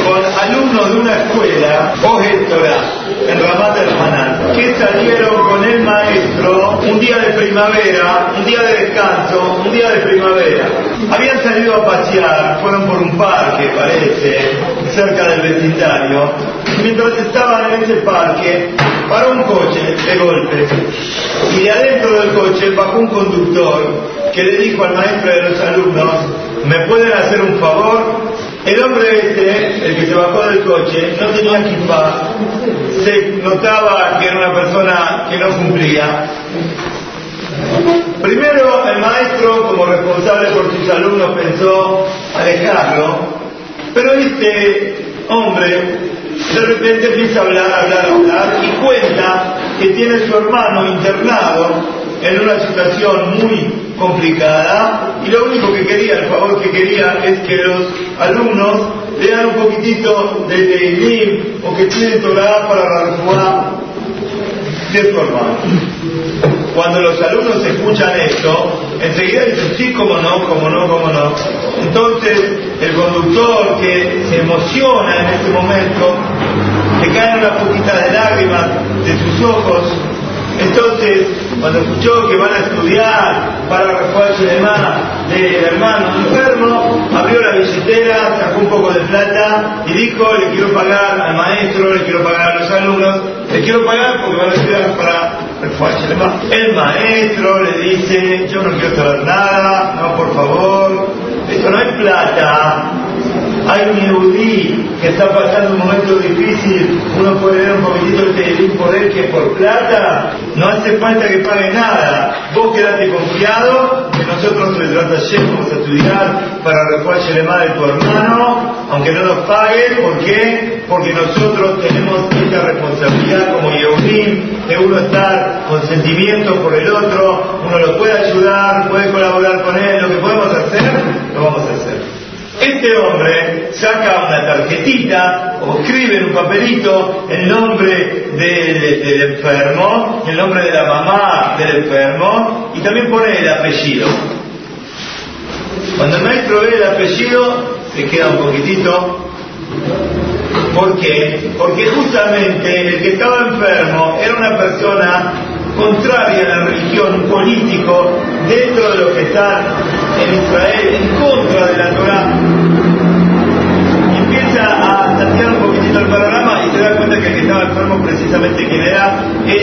con alumnos de una escuela, Ojet Torah, en Ramat el Hanan, que salieron con el maestro un día de primavera, un día de descanso, un día de primavera. Habían salido a pasear, fueron por un parque, parece, cerca del vecindario. Mientras estaban en ese parque, paró un coche de golpe, y de adentro del coche bajó un conductor que le dijo al maestro de los alumnos: ¿me pueden hacer un favor? El hombre el que se bajó del coche, no tenía kipá, se notaba que era una persona que no cumplía. Primero el maestro, como responsable por sus alumnos, pensó alejarlo, pero este hombre de repente empieza a hablar y cuenta que tiene su hermano internado en una situación muy complicada, y lo único que quería, el favor que quería, es que los alumnos lean un poquitito de Teilim o que tienen Torah para la refuá de su hermano. Cuando los alumnos escuchan esto, enseguida dicen: sí, cómo no. Entonces el conductor, que se emociona en este momento, le caen una poquita de lágrimas de sus ojos. Entonces, cuando escuchó que van a estudiar para refuerzo de más del hermano enfermo, abrió la billetera, sacó un poco de plata y dijo: le quiero pagar al maestro, le quiero pagar a los alumnos, le quiero pagar porque van a estudiar para refuerzo de más. El maestro le dice: yo no quiero saber nada, no, por favor, esto no es plata. Hay un yehudí que está pasando un momento difícil, uno puede ver un poquitito de Teilim por él, que por plata no hace falta que pague nada. Vos quedate confiado que nosotros le vamos a estudiar para refuerzo de más de tu hermano, aunque no nos pague. ¿Por qué? Porque nosotros tenemos esta responsabilidad como yehudí, de uno estar con sentimiento por el otro, uno lo puede ayudar, puede colaborar con él, lo que podemos hacer, lo vamos a hacer. Este hombre saca una tarjetita o escribe en un papelito el nombre del enfermo, el nombre de la mamá del enfermo, y también pone el apellido. Cuando el maestro ve el apellido, se queda un poquitito. ¿Por qué? Porque justamente el que estaba enfermo era una persona contraria a la religión, un político dentro de los que están en Israel, en contra de la Torah. Y empieza a tantear un poquitito el panorama y se da cuenta que el que estaba enfermo precisamente quien era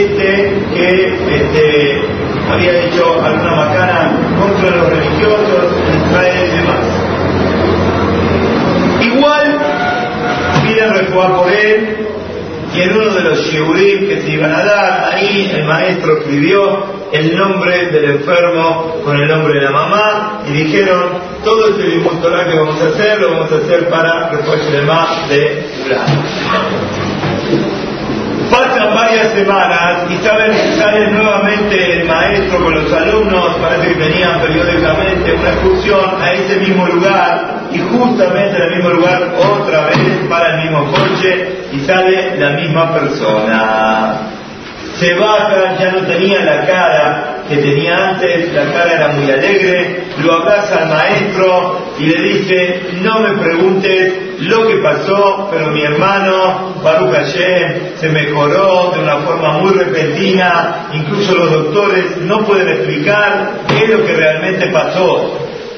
que había hecho alguna macana contra los religiosos en Israel y demás. Igual piden refuá por él, y en uno de los yehudim que se iban a dar, ahí el maestro escribió el nombre del enfermo con el nombre de la mamá, y dijeron: todo este Limud Torah que vamos a hacer, lo vamos a hacer para refuerzo de más de fulano. Pasan varias semanas y sale nuevamente el maestro con los alumnos, parece que tenían periódicamente una excursión a ese mismo lugar, y justamente en el mismo lugar otra vez para el mismo coche y sale la misma persona. Se baja, ya no tenía la cara que tenía antes, la cara era muy alegre, lo abraza al maestro y le dice: no me preguntes lo que pasó, pero mi hermano Baruch Hashem se mejoró de una forma muy repentina, incluso los doctores no pueden explicar qué es lo que realmente pasó.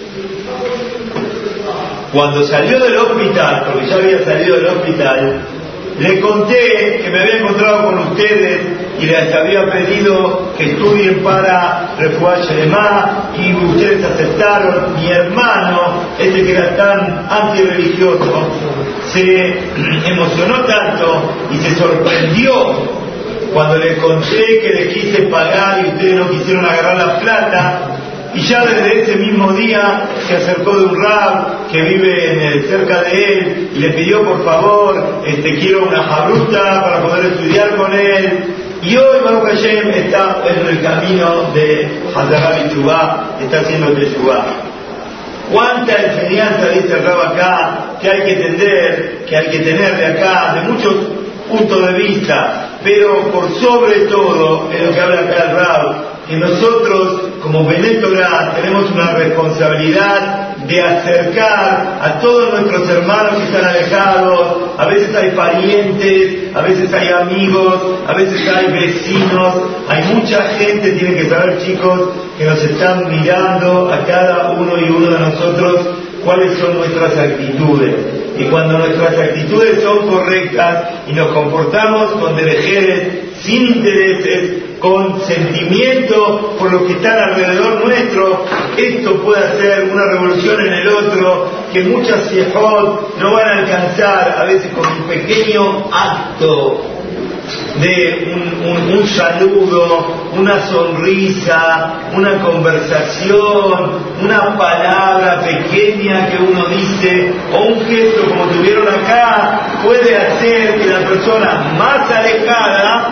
Cuando salió del hospital, porque ya había salido del hospital, le conté que me había encontrado con ustedes y les había pedido que estudien para refuá Shelema, y ustedes aceptaron. Mi hermano, que era tan antirreligioso, se emocionó tanto y se sorprendió cuando le conté que le quise pagar y ustedes no quisieron agarrar la plata. Y ya desde ese mismo día se acercó de un rab que vive cerca de él y le pidió: por favor, quiero una jabruta para poder estudiar con él. Y hoy Baruch Hashem está en el camino de Hazará y Teshuvá, está haciendo Teshuvá. ¿Cuánta enseñanza dice el rab acá que hay que tener de acá, de muchos puntos de vista? Pero por sobre todo, en lo que habla acá el rab, que nosotros como Bené Torah tenemos una responsabilidad de acercar a todos nuestros hermanos que están alejados. A veces hay parientes, a veces hay amigos, a veces hay vecinos, hay mucha gente. Tienen que saber, chicos, que nos están mirando a cada uno y uno de nosotros cuáles son nuestras actitudes. Y cuando nuestras actitudes son correctas y nos comportamos con derejeres, sin intereses, con sentimiento por los que están alrededor nuestro, esto puede hacer una revolución en el otro, que muchas sejot no van a alcanzar, a veces con un pequeño acto de un saludo, una sonrisa, una conversación, una palabra pequeña que uno dice, o un gesto como tuvieron acá, puede hacer que la persona más alejada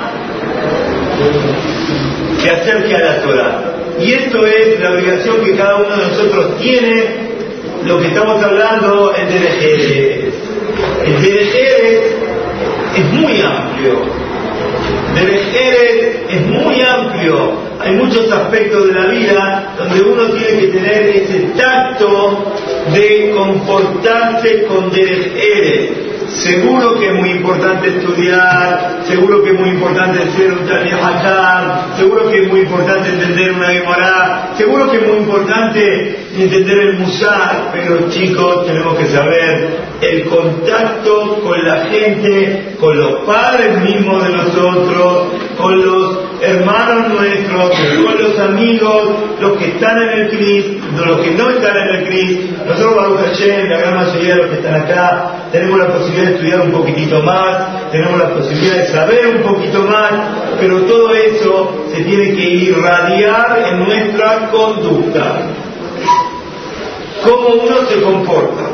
se acerque a la Torah. Y esto es la obligación que cada uno de nosotros tiene. Lo que estamos hablando es de Derejeres. El Derejeres es muy amplio. Derejeres es muy amplio. Hay muchos aspectos de la vida donde uno tiene que tener ese tacto de comportarse con Derejeres. Seguro que es muy importante estudiar, seguro que es muy importante ser un Talmid Hacham, seguro que es muy importante entender una Gemara, seguro que es muy importante entender el Musar, pero chicos, tenemos que saber el contacto con la gente, con los padres mismos de nosotros, con los hermanos nuestros, con los amigos, los que están en el CRIS, los que no están en el CRIS. Nosotros, Baruch Hashem, la gran mayoría de los que están acá, tenemos la posibilidad de estudiar un poquitito más, tenemos la posibilidad de saber un poquito más, pero todo eso se tiene que irradiar en nuestra conducta. Cómo uno se comporta.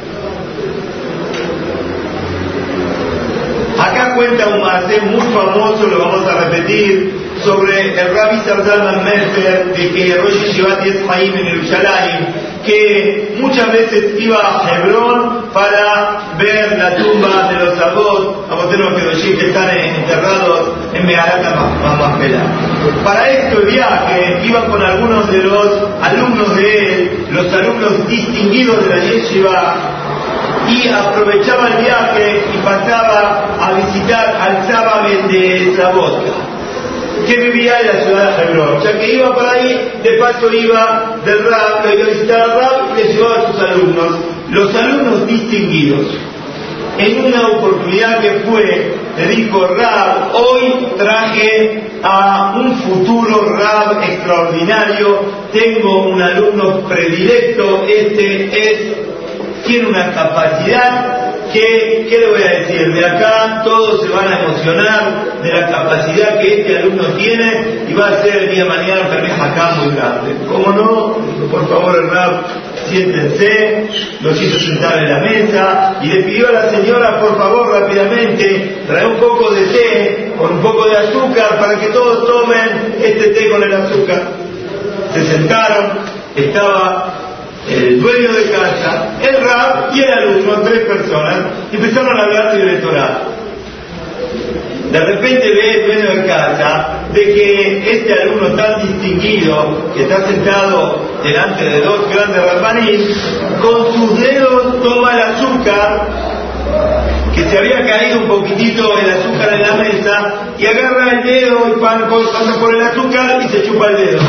Acá cuenta un masé muy famoso, lo vamos a repetir, sobre el Rabbi Zalman Meltzer, de que Rosh Yeshivat Haim en Jerusalén, que muchas veces iba a Hebrón para ver la tumba de los Avot, Avoteros que están enterrados en Megarat Machpelah. Para este viaje iba con algunos de los alumnos de él, los alumnos distinguidos de la Yeshiva, y aprovechaba el viaje y pasaba a visitar al Tzababel de Slabotka, que vivía en la ciudad de Hebrón. Ya que iba por ahí, de paso iba del Rab, le iba a visitar al Rab y le llevaba a sus alumnos, los alumnos distinguidos. En una oportunidad que fue, le dijo: Rab, hoy traje a un futuro Rab extraordinario, tengo un alumno predilecto, tiene una capacidad que, ¿qué le voy a decir? De acá todos se van a emocionar de la capacidad que este alumno tiene y va a ser el día de mañana un Talmid acá muy grande. ¿Cómo no? Dijo: por favor, el Rab, siéntense. Los hizo sentar en la mesa y le pidió a la señora: por favor, rápidamente, trae un poco de té con un poco de azúcar para que todos tomen este té con el azúcar. Se sentaron, estaba el dueño de casa, el Rab y el alumno, 3 personas, y empezaron a hablar de Torah. De repente ve el dueño de casa de que este alumno tan distinguido, que está sentado delante de 2 grandes rabanim, con sus dedos toma el azúcar, que se había caído un poquitito el azúcar en la mesa, y agarra el dedo y pasa por el azúcar y se chupa el dedo.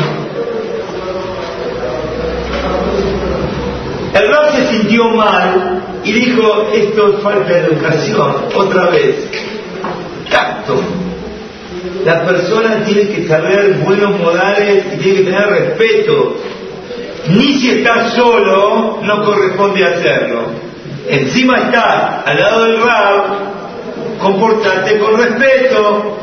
El Rab se sintió mal y dijo: esto es falta de educación, otra vez. Tacto. La persona tiene que saber buenos modales y tiene que tener respeto. Ni si está solo, no corresponde hacerlo. Encima está al lado del Rab, comportate con respeto.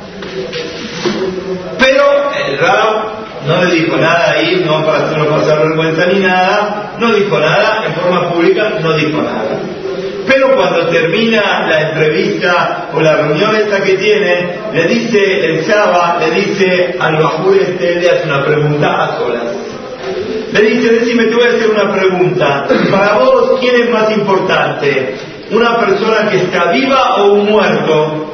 Pero el Rab no le dijo nada ahí, no para hacerlo pasar vergüenza ni nada, no dijo nada, en forma pública no dijo nada. Pero cuando termina la entrevista o la reunión esta que tiene, le dice el Shaba, le dice al Bajur le hace una pregunta a solas. Le dice: decime, te voy a hacer una pregunta. Para vos, ¿quién es más importante? ¿Una persona que está viva o un muerto?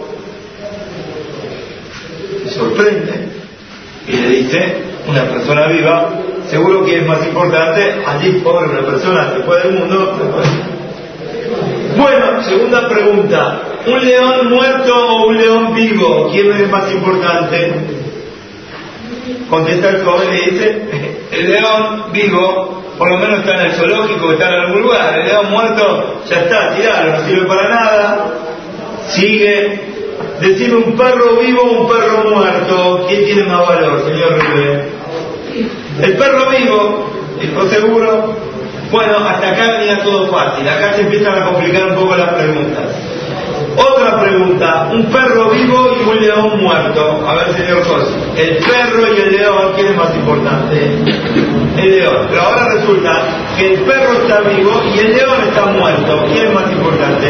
Se sorprende y le dice: una persona viva seguro que es más importante, allí pobre una persona se fue del mundo. Bueno, segunda pregunta, ¿un león muerto o un león vivo? ¿Quién es más importante? Contesta el joven y dice, el león vivo por lo menos está en el zoológico, está en algún lugar. El león muerto ya está, tirado, no sirve para nada. Sigue. Decime, un perro vivo o un perro muerto, ¿quién tiene más valor, señor Rivera? El perro vivo, ¿estás seguro? Bueno, hasta acá venía todo fácil, acá se empiezan a complicar un poco las preguntas. Otra pregunta, un perro vivo y un león muerto. A ver, señor José, el perro y el león, ¿quién es más importante? El león. Pero ahora resulta que el perro está vivo y el león está muerto. ¿Quién es más importante?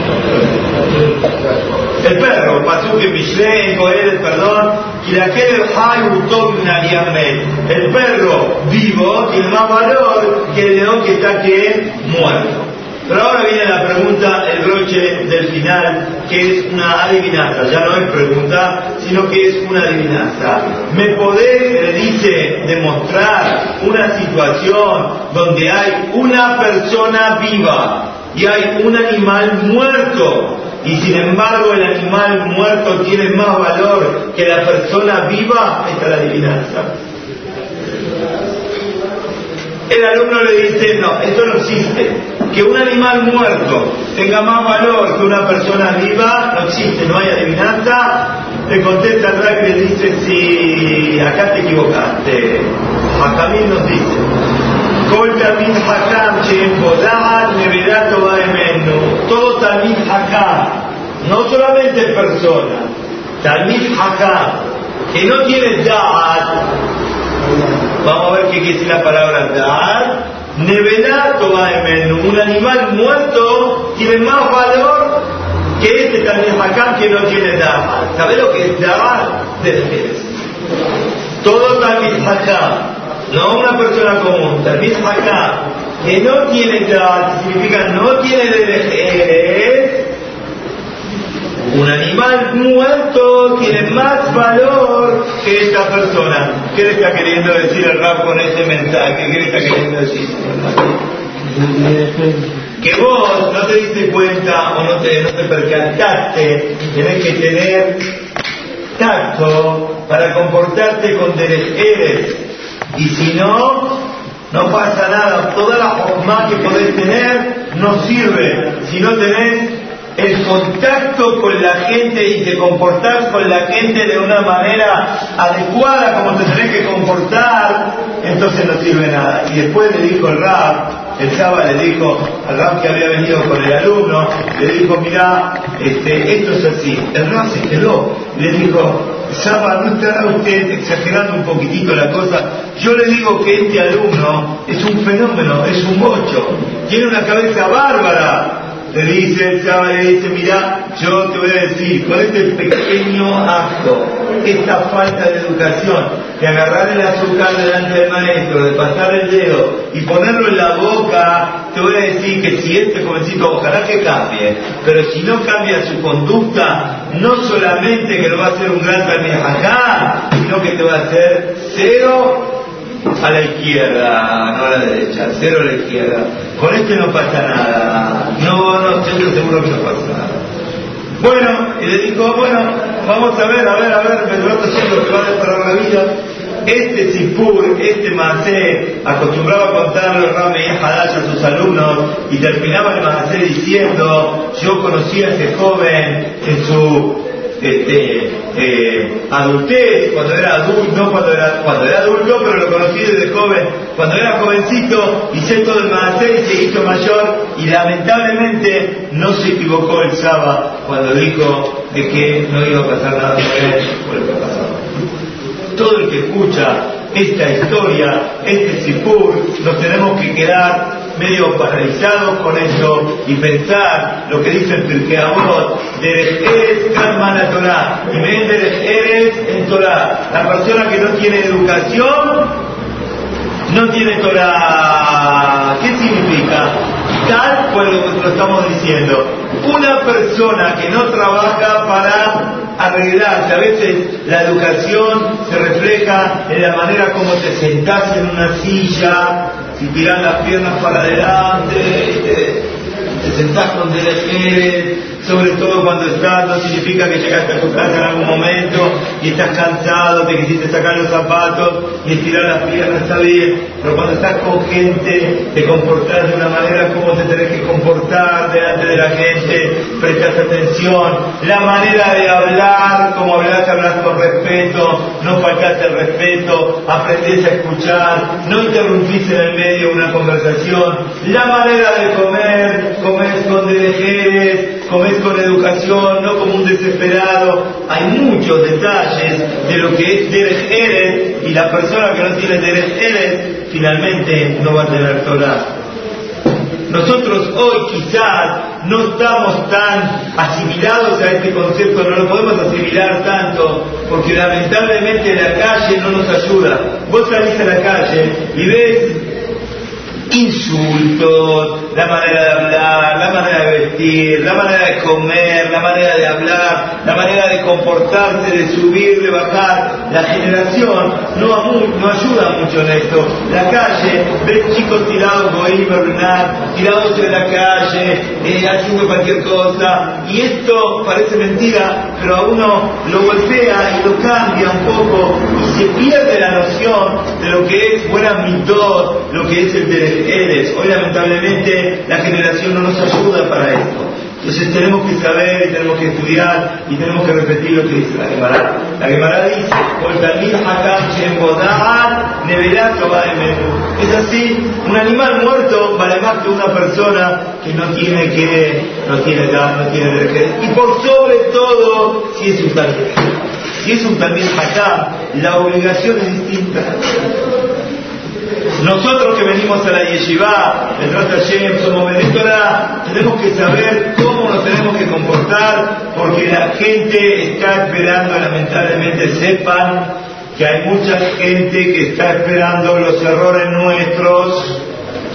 El perro. Pasuk en Mishlei, en Coel, perdón. Y la que el perro vivo tiene más valor que el león que está muerto. Pero ahora viene la pregunta, el broche del final, que es una adivinanza. Ya no es pregunta, sino que es una adivinanza. ¿Me podés, le dice, demostrar una situación donde hay una persona viva y hay un animal muerto, y sin embargo el animal muerto tiene más valor que la persona viva? Esta es la adivinanza. El alumno le dice, no, esto no existe. Que un animal muerto tenga más valor que una persona viva, no existe, no hay adivinanza. Le contesta atrás que le dice, sí, acá te equivocaste. Jacamín nos dice, Kol Talmid Hakam She'empodat Neverato Baemenu. Todo Talmid Hakam, no solamente persona, Talmid Hakam, que no tiene Da'at. Vamos a ver qué quiere decir la palabra Da'at. Nevelato Baemenu, un animal muerto tiene más valor que este Talmid Hakam que no tiene Da'at. ¿Sabés lo que es Da'at? Derejes. Todo Talmid Hakam, no una persona común, Talmid Hakam que no tiene Da'at, significa no tiene derejes. Un animal muerto tiene más valor que esta persona. ¿Qué le está queriendo decir el Rab con este mensaje? ¿Qué le está queriendo decir? Que vos no te diste cuenta o no te percataste, tenés que tener tacto para comportarte con derejeres. Y si no, no pasa nada. Toda la jornada que podés tener no sirve si no tenés el contacto con la gente y te comportás con la gente de una manera adecuada como te tenés que comportar, entonces no sirve nada. Y después le dijo el Rab, el sábado le dijo al Rab que había venido con el alumno, le dijo, mirá, esto es así. El Rab se quedó, le dijo, Saba, ¿no estará usted exagerando un poquitito la cosa? Yo le digo que este alumno es un fenómeno, es un bocho, tiene una cabeza bárbara. Le dice el Saba, le dice, mirá, yo te voy a decir, con este pequeño acto, esta falta de educación, de agarrar el azúcar delante del maestro, de pasar el dedo y ponerlo en la boca, te voy a decir que si este jovencito, ojalá que cambie, pero si no cambia su conducta, no solamente que lo va a hacer un gran Talmid Hakam, sino que te va a hacer cero a la izquierda, no a la derecha, cero a la izquierda. Con este no pasa nada. No, estoy seguro que no pasa nada. Bueno, y le dijo, bueno, vamos a ver, me trato haciendo lo que va a deparar la vida. Este Sipur, este Maasé, acostumbraba a contarle Rami y Hadash a sus alumnos y terminaba el Maasé diciendo, yo conocí a ese joven en su adultez, cuando era adulto, no cuando era adulto, pero lo conocí desde joven, cuando era jovencito, hice todo el Maasé y se hizo mayor, y lamentablemente no se equivocó el sábado cuando dijo de que no iba a pasar nada con él por lo que pasaba. Todo el que escucha esta historia, este Sipur, nos tenemos que quedar medio paralizados con esto y pensar lo que dice el Pirkei Avot, Derech Eretz Kalman la Torah, y ven Derech Eretz en Torah. La persona que no tiene educación no tiene Torah. ¿Qué significa? Tal cual lo estamos diciendo. Una persona que no trabaja para arreglarse, a veces la educación se refleja en la manera como te sentás en una silla, si tirás las piernas para adelante, te sentás con derejeres, sobre todo cuando estás, no significa que llegaste a tu casa en algún momento y estás cansado, te quisiste sacar los zapatos y estirar las piernas, está bien, pero cuando estás con gente te comportás de una manera como te tenés que comportar delante de la gente, prestás atención, la manera de hablar, como hablas con respeto, no faltás el respeto, aprendés a escuchar, no interrumpís en el medio de una conversación, la manera de comer, comés con derejeres, comés con educación, no como un desesperado. Hay muchos detalles de lo que es Derech Eretz, y la persona que no tiene Derech Eretz finalmente no va a tener Torah. Nosotros hoy quizás no estamos tan asimilados a este concepto, no lo podemos asimilar tanto, porque lamentablemente la calle no nos ayuda. Vos salís a la calle y ves insultos, la manera de hablar, la manera de vestir, la manera de comer, la manera de hablar, la manera de comportarse, de subir, de bajar. La generación no ayuda mucho en esto. La calle, ves chicos tirados tirados en la calle, haciendo cualquier cosa, y esto parece mentira, pero a uno lo golpea y lo cambia un poco y se pierde la noción de lo que es buena mitot, lo que es el Derech Eretz. Hoy lamentablemente la generación no nos ayuda para esto. Entonces tenemos que saber y tenemos que estudiar y tenemos que repetir lo que dice la Gemara. La Gemara dice: es así, un animal muerto vale más que una persona que no tiene derecho. Y por sobre todo, si es un talmid. Si es un talmid hakam, la obligación es distinta. Nosotros que venimos a la yeshiva, el Rosh Hashem, somos Benedictora, tenemos que saber cómo nos tenemos que comportar, porque la gente está esperando, lamentablemente sepan que hay mucha gente que está esperando los errores nuestros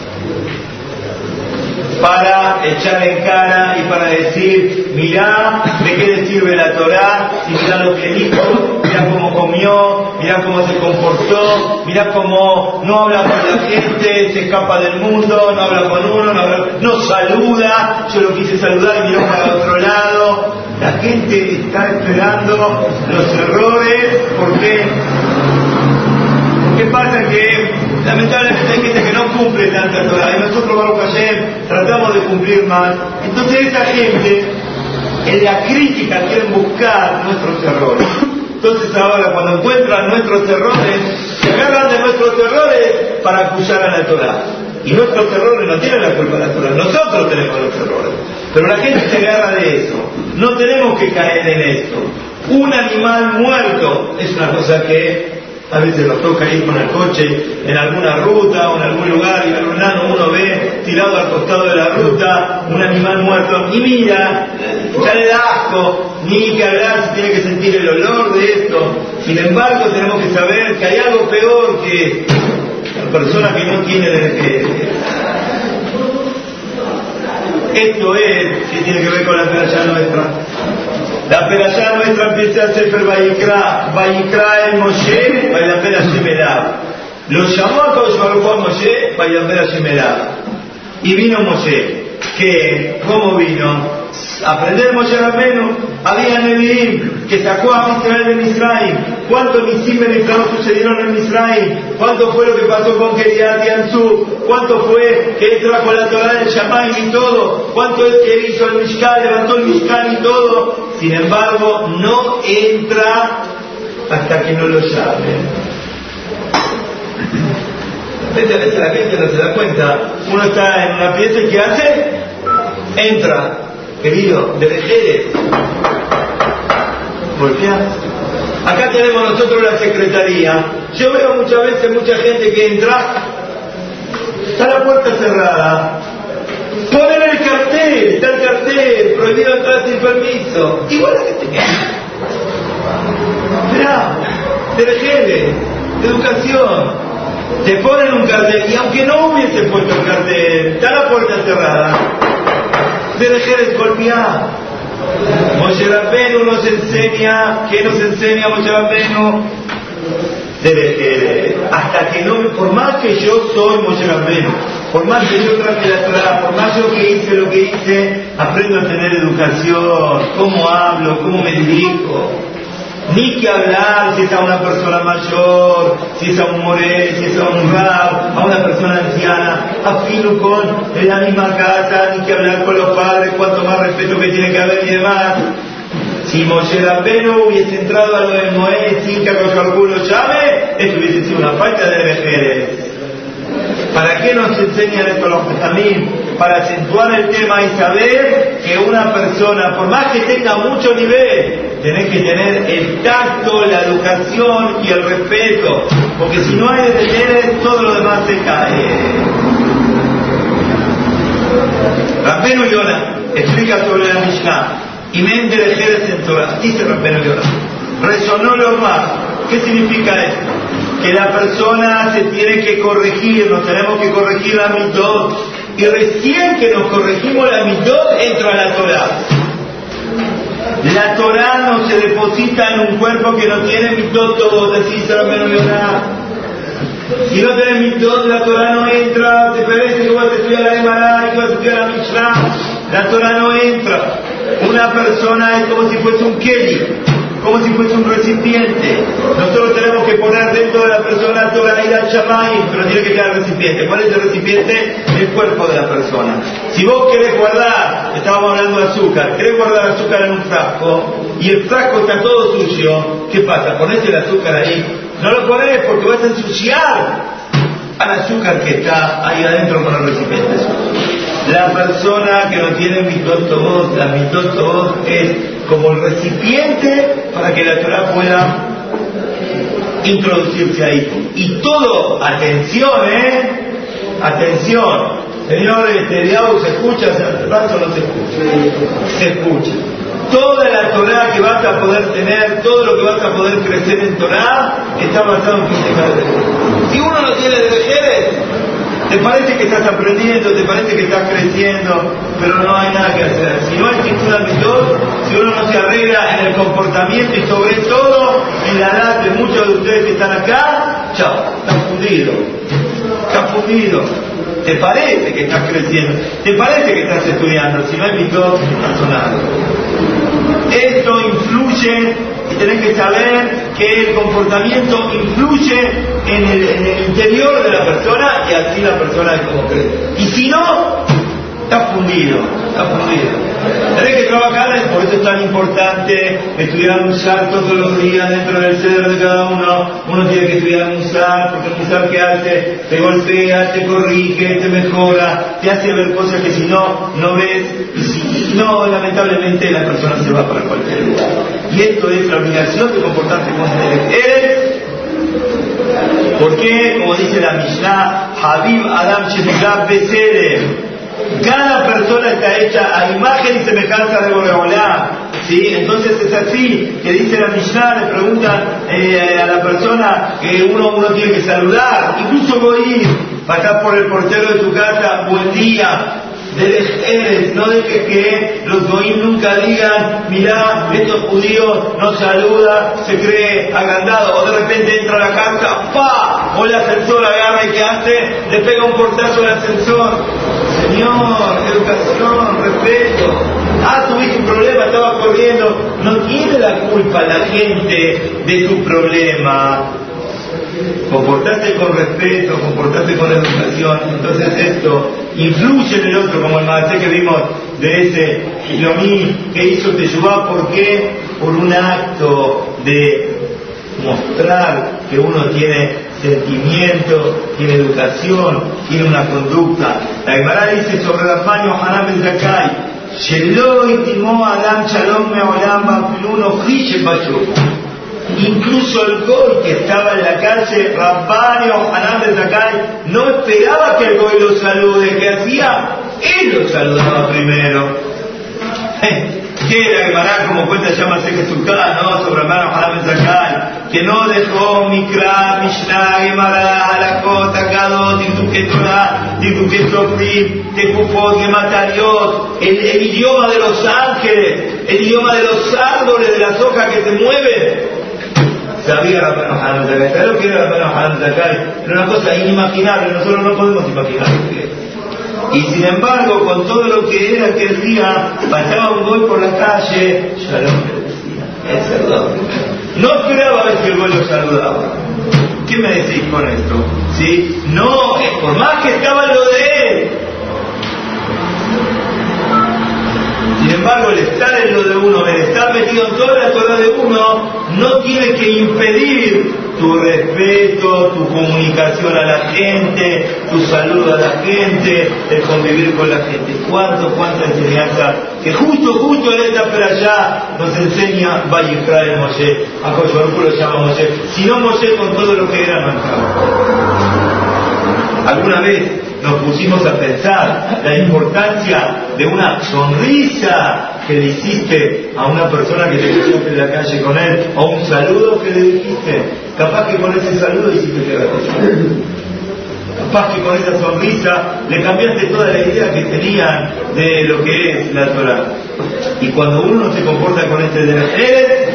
para echar en cara y para decir: mirá de qué le sirve la Torá, y mirá lo que dijo, mirá cómo comió, mirá cómo se comportó, mirá cómo no habla con la gente, se escapa del mundo, no habla con uno, no saluda, yo lo quise saludar y miró para otro lado. La gente está esperando los errores. ¿Por qué? ¿Qué pasa? Que lamentablemente hay gente que no cumple tanta Torah, y nosotros, Baruch Hashem, tratamos de cumplir más. Entonces esa gente, en la crítica, quieren buscar nuestros errores. Entonces ahora, cuando encuentran nuestros errores, se agarran de nuestros errores para acusar a la Torah. Y nuestros errores no tienen la culpa de la Torah, nosotros tenemos los errores. Pero la gente se agarra de eso. No tenemos que caer en esto. Un animal muerto es una cosa que a veces nos toca ir con el coche en alguna ruta o en algún lugar, y en un lado uno ve tirado al costado de la ruta un animal muerto y mira, ya le da asco, ni que hablar, si tiene que sentir el olor de esto. Sin embargo, tenemos que saber que hay algo peor que la persona que no tiene esto es, que tiene que ver con la perashá nuestra. La perashá nuestra empieza a Sefer Vayikra el Moshe, Vayaper Hashem Elav. Lo llamó a Kadosh Baruj Hu a Moshe, Vayaper Hashem Elav. Y vino Moshe. ¿Qué? ¿Cómo vino? Aprender Moshe Rabbeinu. Había Nevi'im que sacó a Israel de Misraim. ¿Cuántos Nisim beneflados sucedieron en Misraim? ¿Cuánto fue lo que pasó con Keriat y Ansú? ¿Cuánto fue que él trajo la Torah del Shammai y todo? ¿Cuánto es que hizo el Mishkan, levantó el Mishkan y todo? Sin embargo, no entra hasta que no lo llamen. A veces la gente no se da cuenta. Uno está en una pieza y ¿qué hace? Entra. Querido, Derech golpear. Acá tenemos nosotros la secretaría. Yo veo muchas veces mucha gente que entra, está la puerta cerrada, ponen el cartel, está el cartel, prohibido entrar sin permiso. Igual la gente que mirá, Derech, educación. te ponen un cartel, y aunque no hubiese puesto el cartel, está la puerta cerrada, de dejar de golpear. Moshe Rabbenu nos enseña, ¿qué nos enseña Moshe Rabbenu? Hasta que no, por más que yo soy Moshe Rabbenu, por más que yo traje la Torah, por más yo que hice lo que hice, aprendo a tener educación, cómo hablo, cómo me dirijo. Ni que hablar si es a una persona mayor, si es a un moré, si es a un rab, a una persona anciana, afilo con en la misma casa, ni que hablar con los padres, cuanto más respeto que tiene que haber y demás. Si Moshe Rabbenu hubiese entrado a lo del Moed sin que Akadosh lo llame, esto hubiese sido una falta de vejeres. ¿Para qué nos enseñan esto los Jajamim? Para acentuar el tema y saber que una persona, por más que tenga mucho nivel, tenés que tener el tacto, la educación y el respeto, porque si no hay deberes, todo lo demás se cae. Rabbenu Yonah explica sobre la Mishnah, y mente de Jerez en Torah, dice Rabbenu Yonah, resonó lo más. ¿Qué significa esto? Que la persona se tiene que corregir, nos tenemos que corregir la mitot, y recién que nos corregimos la mitot, entra la Torah. La Torah no se deposita en un cuerpo que no tiene mitot, todo decís Rabbenu Yonah. Si no tenés mitot, la Torah no entra. Te parece que vas a estudiar la Gemara y que vas a estudiar la Mishnah, la Torah no entra. Una persona es como si fuese un keli, como si fuese un recipiente. Nosotros tenemos que poner dentro de la persona Torah y la Shamayim, pero tiene que quedar recipiente. ¿Cuál es el recipiente? El cuerpo de la persona. Si vos querés guardar, estábamos hablando de azúcar, querés guardar azúcar en un frasco y el frasco está todo sucio, ¿qué pasa? Ponés el azúcar ahí. No lo ponés porque vas a ensuciar al azúcar que está ahí adentro con el recipiente sucio. La persona que no tiene mitot tovot, la mitot tovot es como el recipiente para que la Torah pueda introducirse ahí. Y todo, atención, atención, señor Eliyahu, ¿se escucha? ¿Hace rato no se escucha? Se escucha. Toda la Torah que vas a poder tener, todo lo que vas a poder crecer en Torah, está basado en Kishekat. Si uno no tiene deberes, te parece que estás aprendiendo, te parece que estás creciendo, pero no hay nada que hacer. Si no hay ninguna mitot, si uno no se arregla en el comportamiento y sobre todo en la edad de muchos de ustedes que están acá, chao, estás fundido. Estás fundido. Te parece que estás creciendo, te parece que estás estudiando, si no hay mitot, estás sonando. Esto influye, y tenés que saber que el comportamiento influye en el interior de la persona y así la persona es como cree. Y si no, está fundido, está fundido. Tenés que trabajar, por eso es tan importante estudiar Musar todos los días dentro del ceder de cada uno. Uno tiene que estudiar Musar, porque el Musar que hace, te golpea, te corrige, te mejora, te hace ver cosas que si no, no ves, y si no, lamentablemente la persona se va para cualquier lugar. Y esto es la obligación de comportarte como eres. ¿Por qué? Como dice la Mishnah, Habib Adam Shemigab Beseder. Cada persona está hecha a imagen y semejanza de Boreolá, ¿sí? Entonces es así, que dice la Mishnah, le preguntan a la persona que uno tiene que saludar, incluso Goim, pasar por el portero de tu casa, buen día. No dejes que los Goim nunca digan, mirá, estos judíos nos saluda, se cree agrandado, o de repente entra a la casa, ¡pa! O el ascensor agarra y ¿qué hace? Le pega un portazo al ascensor. Señor, educación, respeto. Tuviste un problema, estaba corriendo. No tiene la culpa la gente de tu problema. Comportate con respeto, comportate con educación. Entonces esto influye en el otro, como el maté que vimos de ese Hilomí que hizo Teshuvá. ¿Por qué? Por un acto de mostrar que uno tiene sentimiento, tiene educación, tiene una conducta. La Gemara dice sobre Rabban Yohanan ben Zakkai, Shelo itimó Adam Shalom Meolam Bafluno Chishe Bashur. Incluso el Goy que estaba en la calle, Rabban Yohanan ben Zakkai, no esperaba que el Goy lo salude. ¿Qué hacía? Él lo saludaba primero. ¿Qué era Gemara? Como cuenta llama Seque Sultán, ¿no? Sobre Rabban Yohanan ben Zakkai. que no dejó Mikra, Mishnah, Gemara, Halakot, Akadot, Diduke Torah, Diduke Sofrim, Tekufot, Gematariot, el idioma de los ángeles, el idioma de los árboles, de las hojas que se mueven. Sabía Rabbeinu Hanan Zakai, ¿sabes lo que era Rabbeinu Hanan Zakai? Era una cosa inimaginable, nosotros no podemos imaginar lo que es. Y sin embargo, con todo lo que era aquel día, pasaba un goy por la calle, Shalom le decía, el saludaban. No esperaba a ver si el goy lo saludaba. ¿Qué me decís con esto? ¿Sí? No, por más que estaba lo de él. Sin embargo, el estar en lo de uno, el estar metido en toda la Torah de uno, no tiene que impedir tu respeto, tu comunicación a la gente, tu saludo a la gente, el convivir con la gente. ¿Cuánta enseñanza que justo en esta playa nos enseña Vayikra el Moshe? A Koshbarú lo llama Moshe. Si no Moshe con todo lo que era nuestra. ¿Alguna vez nos pusimos a pensar la importancia de una sonrisa que le hiciste a una persona que te cruzaste en la calle con él, o un saludo que le dijiste? Capaz que con ese saludo hiciste que capaz que con esa sonrisa le cambiaste toda la idea que tenían de lo que es la Torah. Y cuando uno no se comporta con este deber,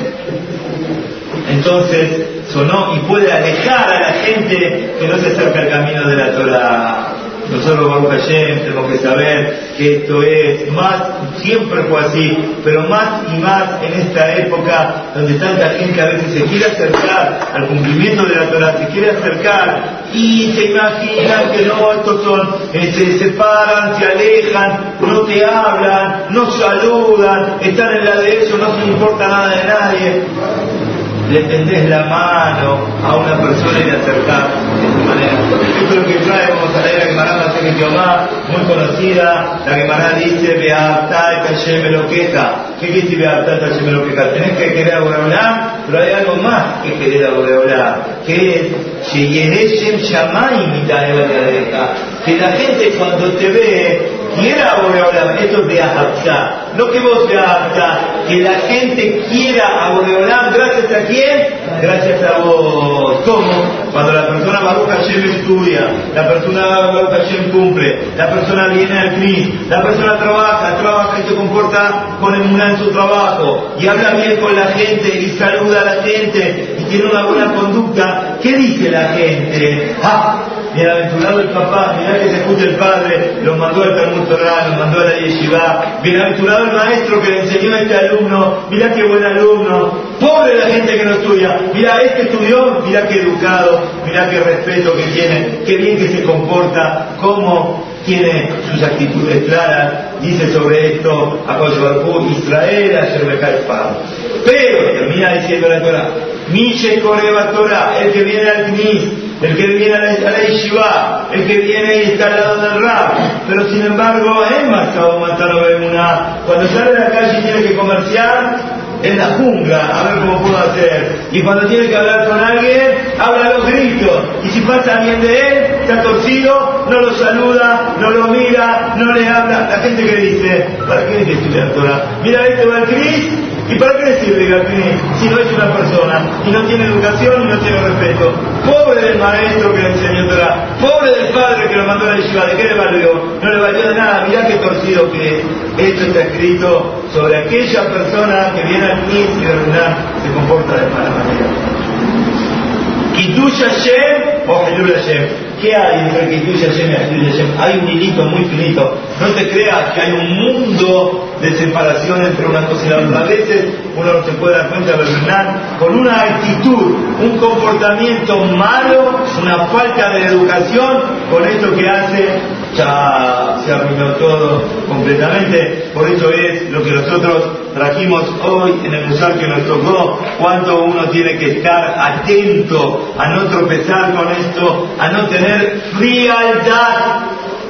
entonces sonó y puede alejar a la gente que no se acerca al camino de la Torah. Nosotros, Baruch Hashem, tenemos que saber que esto es más, siempre fue así, pero más y más en esta época donde tanta gente a veces se quiere acercar al cumplimiento de la Torah, se quiere acercar y se imaginan que no, estos son, se separan, se alejan, no te hablan, no saludan, están en la de ellos, no se importa nada de nadie. Le tendés la mano a una persona y le acercás de esta manera. Esto es lo que trae, vamos a leer la Gemara Masechet Yomá, muy conocida. La Gemara dice, Be'aftá et Hashem Elokeja. ¿Qué quiere decir Be'aftá et Hashem Elokeja? Tenés que querer a Boreolá, pero hay algo más que querer a Boreolá, que es Sheyereh Shem Shamayim Mitae Bayadeja. Que la gente cuando te ve quiera a Boreolá, esto es de Ahabzá. No que vos te Ahabzá, que la gente quiera a Boreolá, ¿gracias a quién? Gracias a vos. ¿Cómo? Cuando la persona Baruch Hashem estudia, la persona Baruch Hashem cumple, la persona viene al CNIS, la persona trabaja y se comporta con emuná en su trabajo, y habla bien con la gente, y saluda a la gente, y tiene una buena conducta. ¿Qué dice la gente? Bienaventurado el papá, mirá que se escucha el padre, los mandó al Talmud Torah, los mandó a la Yeshiva. Bienaventurado el maestro que le enseñó a este alumno, mirá qué buen alumno. Pobre la gente que no estudia, mirá este estudió, mirá qué educado, mirá qué respeto que tiene, qué bien que se comporta, cómo tiene sus actitudes claras. Dice sobre esto a Koshbarú, Israel, ayer me cae el padre. Pero termina diciendo la Torah, Miche Koreba Torah, el que viene al CNIS, el que viene a la Yeshiva, el que viene y está al lado del Rab, pero sin embargo es matado Bemuná. Cuando sale a la calle y tiene que comerciar, en la jungla, a ver cómo puedo hacer. Y cuando tiene que hablar con alguien, habla a los gritos. Y si pasa alguien de él, está torcido, no lo saluda, no lo mira, no le habla. La gente que dice, ¿para qué hay que estudiar Torah? Mira, este va al CNIS, ¿y para qué le sirve ir al CNIS si no es una persona? Y no tiene educación y no tiene respeto. Pobre del maestro que le enseñó Torah, pobre del padre que lo mandó a la Yeshiva, ¿de qué le valió? No le valió de nada. Mirá qué torcido que es. Esto está escrito sobre aquella persona que viene al CNIS y de verdad se comporta de mala manera. Kiddush Hashem o Hilul Hashem. ¿Qué hay entre Kiddush Hashem y Hilul Hashem? Hay un hilito muy finito. No te creas que hay un mundo de separación entre una cosa y la otra. A veces uno no se puede dar cuenta, ¿verdad? Con una actitud, un comportamiento malo, una falta de educación, con esto que hace, ya se arruinó todo completamente. Por eso es lo que nosotros trajimos hoy en el musar que nos tocó, cuánto uno tiene que estar atento a no tropezar con esto, a no tener frialdad,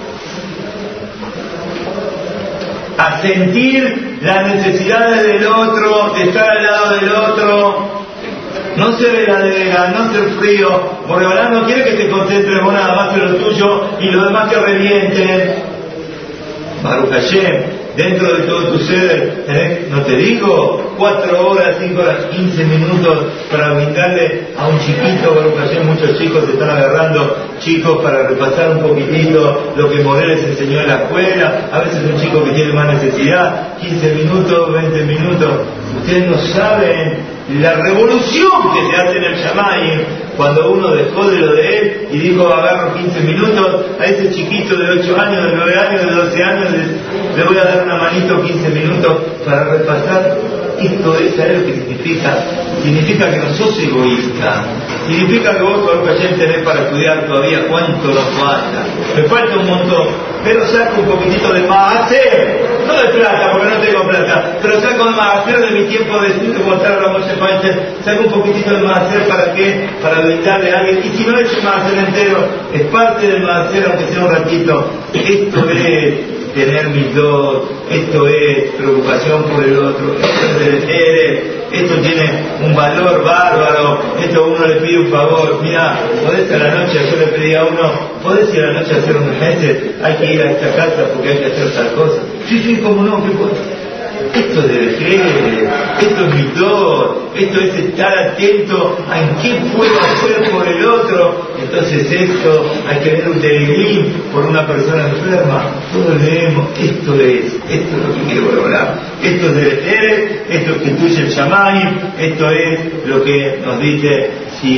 a sentir las necesidades del otro, de estar al lado del otro, no ser heladera, no ser frío. Boreolá no quiere que te concentres vos nada más en lo tuyo y los demás que revienten. Baruch Hashem, dentro de todo tu ser, no te digo 4 horas, 5 horas, 15 minutos para brindarle a un chiquito, porque ayer muchos chicos se están agarrando, chicos, para repasar un poquitito lo que Morel les enseñó en la escuela. A veces un chico que tiene más necesidad, 15 minutos, 20 minutos. Ustedes no saben la revolución que se hace en el Shamayim cuando uno dejó de lo de él y dijo agarro 15 minutos, a ese chiquito de 8 años, de 9 años, de 12 años le voy a dar una manito 15 minutos para repasar. Esto es, ¿sabes lo que significa? Significa que no sos egoísta, significa que vos por lo que ayer tenés para estudiar todavía, cuánto nos falta, me falta un montón, pero saco un poquitito de más hacer, no de plata porque no tengo plata, pero saco de más hacer de mi tiempo de mostrar a Moshe Feinstein, saco un poquitito de más hacer. ¿Para qué? Para brindarle a alguien, y si no he hecho más hacer entero, es parte del más hacer aunque sea un ratito. Esto es tener mis dos, esto es preocupación por el otro, esto es esto tiene un valor bárbaro. Esto uno le pide un favor, mira, podés a la noche, yo le pedí a uno, podés ir a la noche a hacer unos meses, hay que ir a esta casa porque hay que hacer tal cosa. Sí, cómo no, ¿qué puedo? Esto es de esto es mitor, esto es estar atento a en qué puedo hacer por el otro. Entonces esto, hay que ver un telegrim por una persona enferma, todos leemos, esto es lo que quiero hablar, esto es de esto constituye el Shamayim, esto es lo que nos dice si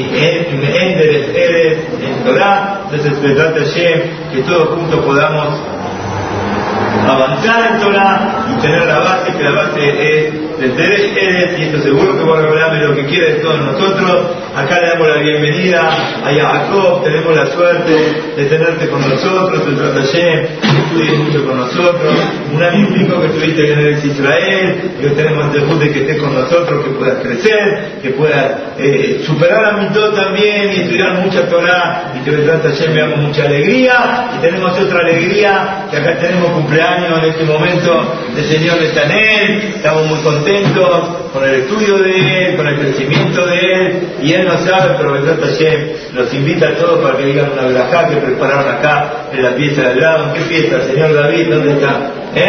eres en Torah. Entonces se trata que todos juntos podamos avanzar en Torah y tener la base, que la base es del Teresh, y esto seguro que va a revelarme lo que quiere de todos nosotros. Acá le damos la bienvenida a Jacob, tenemos la suerte de tenerte con nosotros, el Hashem, que estudies mucho con nosotros, un año y pico que estuviste en el Israel, y hoy tenemos el debut de que estés con nosotros, que puedas crecer, que puedas superar a Mitó también y estudiar mucha Torah, y que el Hashem veamos mucha alegría. Y tenemos otra alegría, que acá tenemos cumpleaños en este momento del señor Netanel, estamos muy contentos con el estudio de él, con el crecimiento de él, y él no sabe, pero el Hashem los invita a todos para que digan una verajá que prepararon acá en la pieza del lado. ¿En qué pieza, señor David? ¿Dónde está?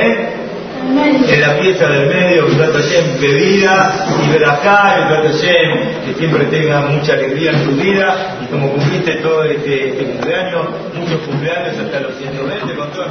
En la pieza del medio, que Hashem bebida y verajá, y Hashem que siempre tenga mucha alegría en tu vida, y como cumpliste todo este cumpleaños, muchos cumpleaños hasta los 120 con toda